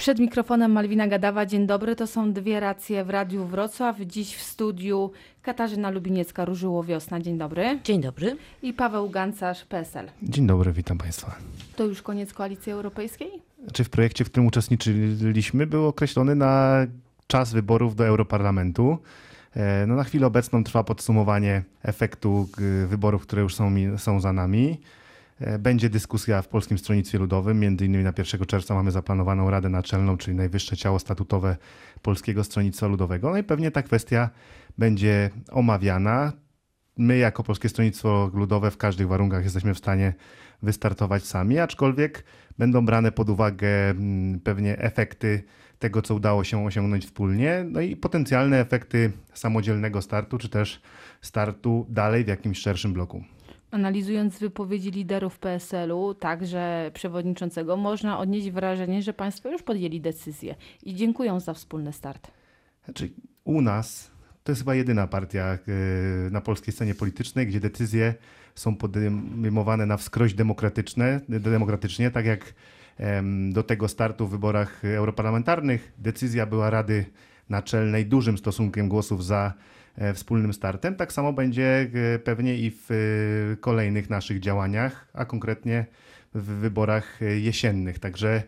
Przed mikrofonem Malwina Gadawa. Dzień dobry, to są Dwie racje w Radiu Wrocław. Dziś w studiu Katarzyna Lubieniecka, Różyło Wiosna. Dzień dobry. Dzień dobry. I Paweł Gancarz, PSL. Dzień dobry, witam Państwa. To już koniec Koalicji Europejskiej? Czy w projekcie, w którym uczestniczyliśmy, był określony na czas wyborów do Europarlamentu. Na chwilę obecną trwa podsumowanie efektu wyborów, które już są za nami. Będzie dyskusja w Polskim Stronnictwie Ludowym. Między innymi na 1 czerwca mamy zaplanowaną Radę Naczelną, czyli najwyższe ciało statutowe Polskiego Stronnictwa Ludowego. No i pewnie ta kwestia będzie omawiana. My jako Polskie Stronnictwo Ludowe w każdych warunkach jesteśmy w stanie wystartować sami, aczkolwiek będą brane pod uwagę pewnie efekty tego, co udało się osiągnąć wspólnie, no i potencjalne efekty samodzielnego startu, czy też startu dalej w jakimś szerszym bloku. Analizując wypowiedzi liderów PSL-u, także przewodniczącego, można odnieść wrażenie, że państwo już podjęli decyzję i dziękują za wspólny start. Znaczy, u nas to jest chyba jedyna partia na polskiej scenie politycznej, gdzie decyzje są podejmowane na wskroś demokratycznie, tak jak do tego startu w wyborach europarlamentarnych decyzja była Rady Naczelnej dużym stosunkiem głosów za wspólnym startem. Tak samo będzie pewnie i w kolejnych naszych działaniach, a konkretnie w wyborach jesiennych. Także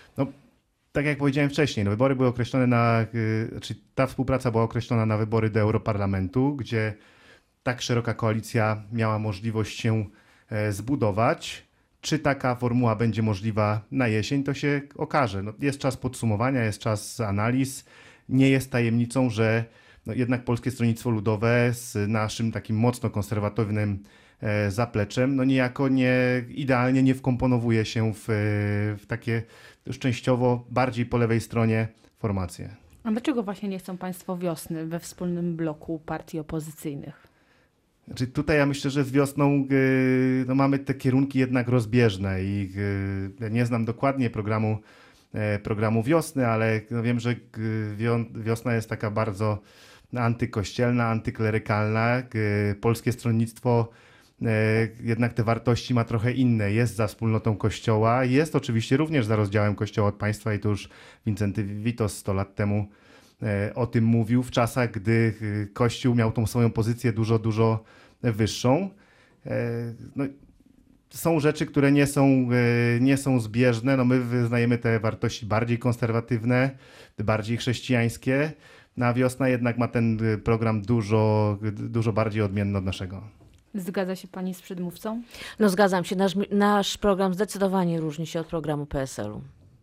tak jak powiedziałem wcześniej, wybory były określone ta współpraca była określona na wybory do Europarlamentu, gdzie tak szeroka koalicja miała możliwość się zbudować. Czy taka formuła będzie możliwa na jesień, to się okaże. Jest czas podsumowania, jest czas analiz. Nie jest tajemnicą, że jednak Polskie Stronnictwo Ludowe z naszym takim mocno konserwatywnym zapleczem niejako idealnie nie wkomponowuje się w takie już częściowo bardziej po lewej stronie formacje. A dlaczego właśnie nie chcą państwo wiosny we wspólnym bloku partii opozycyjnych? Znaczy tutaj ja myślę, że z wiosną mamy te kierunki jednak rozbieżne i ja nie znam dokładnie programu wiosny, ale wiem, że wiosna jest taka bardzo antykościelna, antyklerykalna. Polskie Stronnictwo jednak te wartości ma trochę inne. Jest za wspólnotą Kościoła, jest oczywiście również za rozdziałem Kościoła od państwa i to już Wincenty Witos 100 lat temu o tym mówił, w czasach, gdy Kościół miał tą swoją pozycję dużo wyższą. Są rzeczy, które nie są zbieżne. My wyznajemy te wartości bardziej konserwatywne, bardziej chrześcijańskie. A wiosna jednak ma ten program dużo bardziej odmienny od naszego. Zgadza się pani z przedmówcą? Zgadzam się. Nasz program zdecydowanie różni się od programu PSL-u.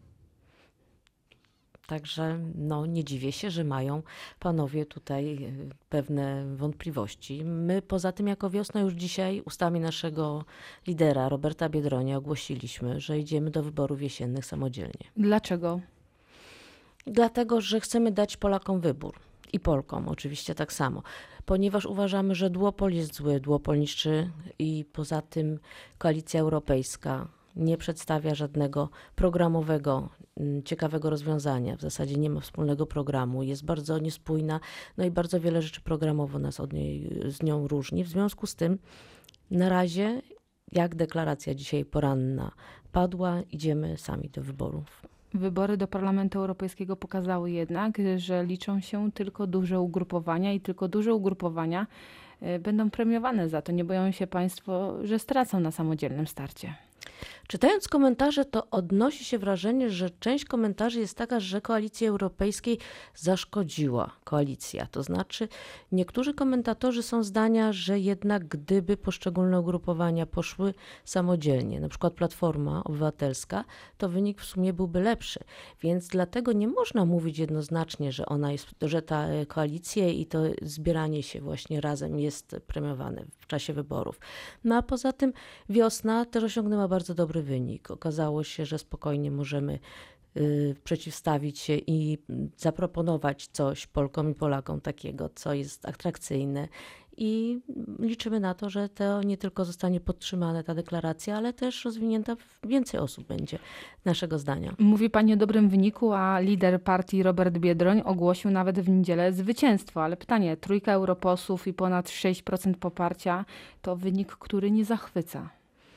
Także nie dziwię się, że mają panowie tutaj pewne wątpliwości. My poza tym jako Wiosna już dzisiaj ustami naszego lidera Roberta Biedronia ogłosiliśmy, że idziemy do wyborów jesiennych samodzielnie. Dlaczego? Dlatego, że chcemy dać Polakom wybór i Polkom oczywiście tak samo, ponieważ uważamy, że duopol jest zły, duopol niszczy i poza tym Koalicja Europejska nie przedstawia żadnego programowego, ciekawego rozwiązania. W zasadzie nie ma wspólnego programu, jest bardzo niespójna, i bardzo wiele rzeczy programowo nas z nią różni. W związku z tym na razie, jak deklaracja dzisiaj poranna padła, idziemy sami do wyborów. Wybory do Parlamentu Europejskiego pokazały jednak, że liczą się tylko duże ugrupowania i tylko duże ugrupowania będą premiowane za to. Nie boją się państwo, że stracą na samodzielnym starcie? Czytając komentarze, to odnosi się wrażenie, że część komentarzy jest taka, że Koalicji Europejskiej zaszkodziła koalicja. To znaczy niektórzy komentatorzy są zdania, że jednak gdyby poszczególne ugrupowania poszły samodzielnie, na przykład Platforma Obywatelska, to wynik w sumie byłby lepszy. Więc dlatego nie można mówić jednoznacznie, że ta koalicja i to zbieranie się właśnie razem jest premiowane w czasie wyborów. A poza tym Wiosna też osiągnęła bardzo dobry wynik. Okazało się, że spokojnie możemy przeciwstawić się i zaproponować coś Polkom i Polakom takiego, co jest atrakcyjne. I liczymy na to, że to nie tylko zostanie podtrzymana ta deklaracja, ale też rozwinięta więcej osób będzie naszego zdania. Mówi pani o dobrym wyniku, a lider partii Robert Biedroń ogłosił nawet w niedzielę zwycięstwo. Ale pytanie, 3 europosłów i ponad 6% poparcia to wynik, który nie zachwyca.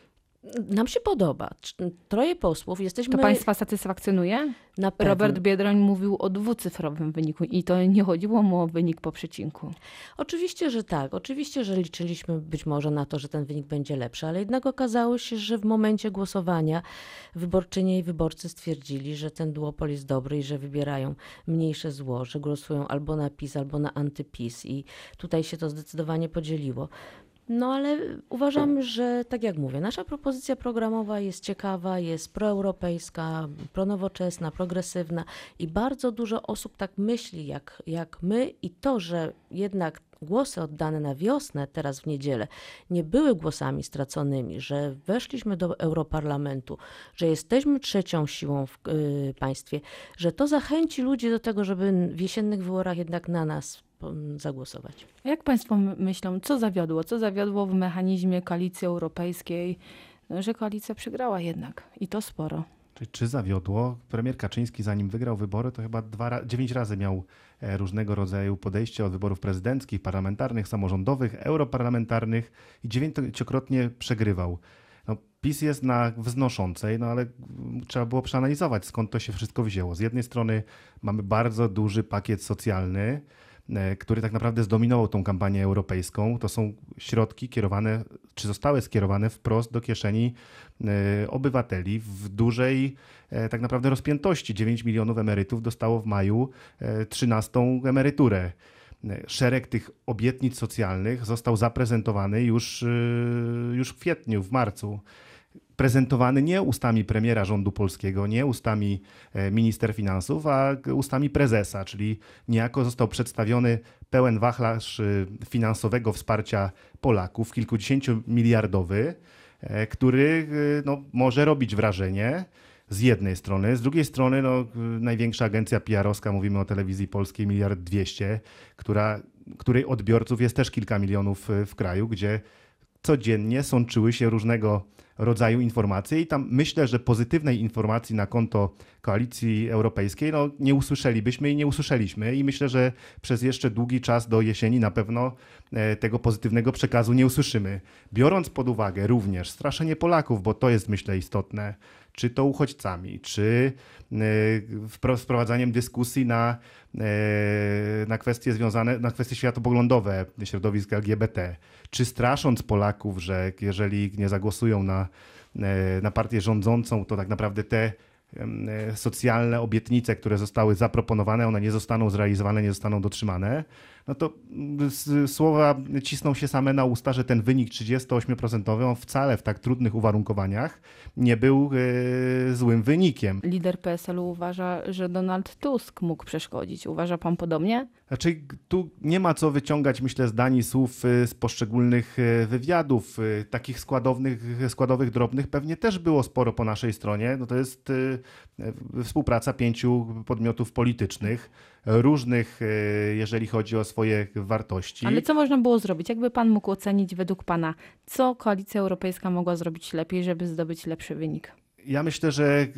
Nam się podoba. Troje posłów, jesteśmy To państwa satysfakcjonuje? na pewno. Robert Biedroń mówił o dwucyfrowym wyniku i to nie chodziło mu o wynik po przecinku. Oczywiście, że tak. Oczywiście, że liczyliśmy być może na to, że ten wynik będzie lepszy, ale jednak okazało się, że w momencie głosowania wyborczynie i wyborcy stwierdzili, że ten duopol jest dobry i że wybierają mniejsze zło, że głosują albo na PiS, albo na antyPiS i tutaj się to zdecydowanie podzieliło. No ale uważam, że tak jak mówię, nasza propozycja programowa jest ciekawa, jest proeuropejska, pronowoczesna, progresywna i bardzo dużo osób tak myśli jak my i to, że jednak głosy oddane na wiosnę, teraz w niedzielę, nie były głosami straconymi, że weszliśmy do Europarlamentu, że jesteśmy trzecią siłą w państwie, że to zachęci ludzi do tego, żeby w jesiennych wyborach jednak na nas zagłosować. A jak państwo myślą, co zawiodło? Co zawiodło w mechanizmie koalicji europejskiej, no, że koalicja przegrała jednak i to sporo. Czy zawiodło? Premier Kaczyński, zanim wygrał wybory, to chyba 9 razy miał różnego rodzaju podejście od wyborów prezydenckich, parlamentarnych, samorządowych, europarlamentarnych i 9-krotnie przegrywał. No, PiS jest na wznoszącej, no ale trzeba było przeanalizować, skąd to się wszystko wzięło. Z jednej strony mamy bardzo duży pakiet socjalny, który tak naprawdę zdominował tą kampanię europejską. To są środki kierowane, czy zostały skierowane wprost do kieszeni obywateli w dużej tak naprawdę rozpiętości. 9 milionów emerytów dostało w maju 13. emeryturę. Szereg tych obietnic socjalnych został zaprezentowany już w kwietniu, w marcu. Prezentowany nie ustami premiera rządu polskiego, nie ustami minister finansów, a ustami prezesa, czyli niejako został przedstawiony pełen wachlarz finansowego wsparcia Polaków, kilkudziesięciomiliardowy, który no, może robić wrażenie z jednej strony. Z drugiej strony no, największa agencja PR-owska, mówimy o Telewizji Polskiej, 1,2 mld, której odbiorców jest też kilka milionów w kraju, gdzie codziennie sączyły się różnego rodzaju informacje i tam myślę, że pozytywnej informacji na konto Koalicji Europejskiej no, nie usłyszelibyśmy i nie usłyszeliśmy i myślę, że przez jeszcze długi czas do jesieni na pewno tego pozytywnego przekazu nie usłyszymy. Biorąc pod uwagę również straszenie Polaków, bo to jest myślę istotne, czy to uchodźcami, czy wprowadzaniem dyskusji na kwestie związane, na kwestie światopoglądowe środowisk LGBT, czy strasząc Polaków, że jeżeli nie zagłosują na partię rządzącą, to tak naprawdę te socjalne obietnice, które zostały zaproponowane, one nie zostaną zrealizowane, nie zostaną dotrzymane, no to słowa cisną się same na usta, że ten wynik 38% on wcale w tak trudnych uwarunkowaniach nie był złym wynikiem. Lider PSL-u uważa, że Donald Tusk mógł przeszkodzić. Uważa pan podobnie? Znaczy, tu nie ma co wyciągać, myślę, zdań i słów z poszczególnych wywiadów. Takich składowych, drobnych pewnie też było sporo po naszej stronie. No to jest współpraca 5 podmiotów politycznych, różnych, jeżeli chodzi o swoje wartości. Ale co można było zrobić? Jakby pan mógł ocenić według pana, co Koalicja Europejska mogła zrobić lepiej, żeby zdobyć lepszy wynik? Ja myślę,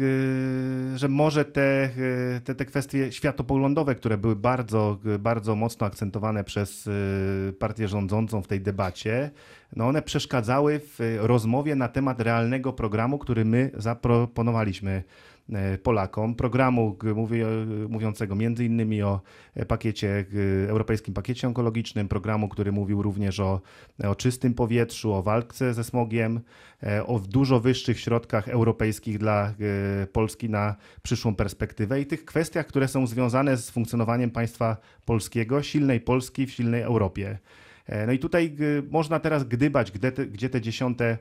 że może te kwestie światopoglądowe, które były bardzo, bardzo mocno akcentowane przez partię rządzącą w tej debacie, no one przeszkadzały w rozmowie na temat realnego programu, który my zaproponowaliśmy Polakom. Programu mówiącego między innymi o europejskim pakiecie onkologicznym, programu, który mówił również o czystym powietrzu, o walce ze smogiem, o dużo wyższych środkach europejskich dla Polski na przyszłą perspektywę i tych kwestiach, które są związane z funkcjonowaniem państwa polskiego, silnej Polski w silnej Europie. No i tutaj można teraz gdybać, gdzie te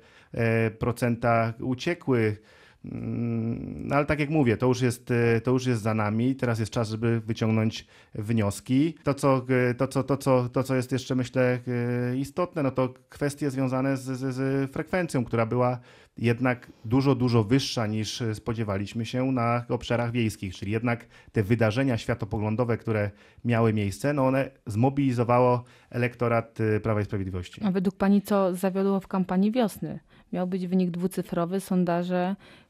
0,1% uciekły. No ale tak jak mówię, to już jest za nami. Teraz jest czas, żeby wyciągnąć wnioski. To, co jest jeszcze myślę istotne, no to kwestie związane z frekwencją, która była jednak dużo wyższa niż spodziewaliśmy się na obszarach wiejskich, czyli jednak te wydarzenia światopoglądowe, które miały miejsce, no one zmobilizowało elektorat Prawa i Sprawiedliwości. A według pani co zawiodło w kampanii wiosny? Miał być wynik dwucyfrowy, sondaże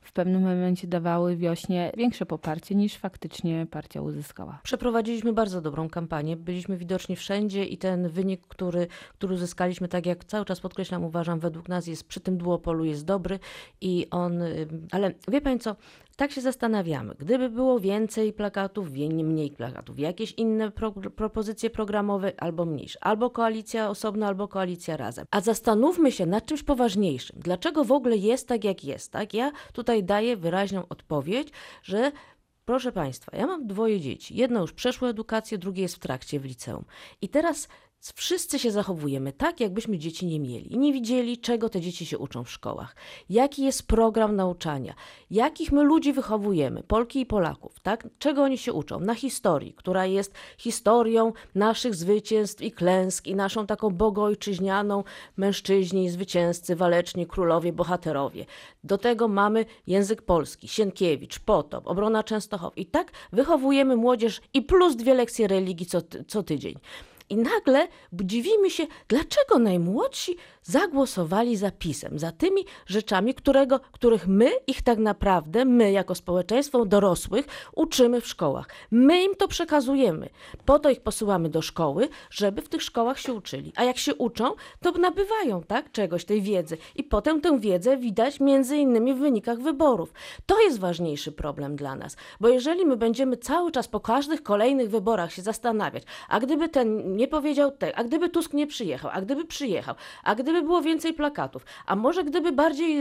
w pewnym momencie dawały Wiośnie większe poparcie niż faktycznie partia uzyskała. Przeprowadziliśmy bardzo dobrą kampanię, byliśmy widoczni wszędzie i ten wynik, który uzyskaliśmy, tak jak cały czas podkreślam, uważam, według nas jest przy tym duopolu jest dobry i on, ale wie pani co, tak się zastanawiamy, gdyby było więcej plakatów, mniej plakatów, jakieś inne propozycje programowe albo mniejsze, albo koalicja osobno, albo koalicja razem. A zastanówmy się nad czymś poważniejszym. Dlaczego w ogóle jest tak, jak jest? Tak? Ja tutaj daję wyraźną odpowiedź, że proszę Państwa, ja mam 2 dzieci. Jedno już przeszło edukację, drugie jest w trakcie w liceum. I teraz wszyscy się zachowujemy tak, jakbyśmy dzieci nie mieli i nie widzieli, czego te dzieci się uczą w szkołach. Jaki jest program nauczania? Jakich my ludzi wychowujemy, Polki i Polaków, tak? Czego oni się uczą? Na historii, która jest historią naszych zwycięstw i klęsk i naszą taką bogoojczyźnianą mężczyźni, zwycięzcy, waleczni, królowie, bohaterowie. Do tego mamy język polski, Sienkiewicz, Potop, obrona Częstochowy. I tak wychowujemy młodzież i plus 2 lekcje religii co tydzień. I nagle dziwimy się, dlaczego najmłodsi zagłosowali za PiS-em, za tymi rzeczami, których my ich tak naprawdę, my jako społeczeństwo dorosłych uczymy w szkołach. My im to przekazujemy. Po to ich posyłamy do szkoły, żeby w tych szkołach się uczyli. A jak się uczą, to nabywają czegoś, tej wiedzy. I potem tę wiedzę widać między innymi w wynikach wyborów. To jest ważniejszy problem dla nas. Bo jeżeli my będziemy cały czas po każdych kolejnych wyborach się zastanawiać, a gdyby ten nie powiedział a gdyby Tusk nie przyjechał, a gdyby przyjechał, a gdyby było więcej plakatów, a może gdyby bardziej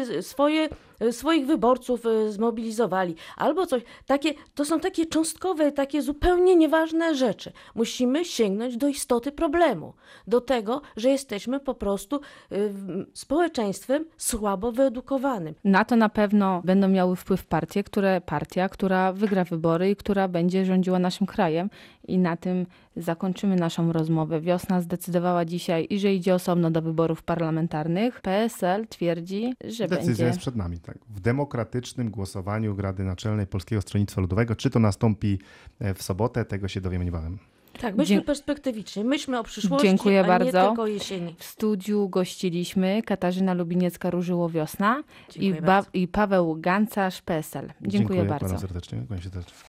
swoich wyborców zmobilizowali, albo coś. To są takie cząstkowe, takie zupełnie nieważne rzeczy. Musimy sięgnąć do istoty problemu, do tego, że jesteśmy po prostu społeczeństwem słabo wyedukowanym. Na to na pewno będą miały wpływ partia, która wygra wybory i która będzie rządziła naszym krajem. I na tym zakończymy naszą rozmowę. Wiosna zdecydowała dzisiaj, że idzie osobno do wyborów parlamentarnych. PSL twierdzi, że Decyzja jest przed nami, tak. W demokratycznym głosowaniu Rady Naczelnej Polskiego Stronnictwa Ludowego. Czy to nastąpi w sobotę, tego się dowiemy niebawem. Tak, myślmy perspektywicznie, myślmy o przyszłości, Dziękuję a bardzo. nie tylko o jesieni. W studiu gościliśmy Katarzyna Lubiniecka-Różyło-Wiosna Dziękuję bardzo. i Paweł Gancarz, PSL. Dziękuję bardzo. Bardzo serdecznie. Kłaniam się serdecznie.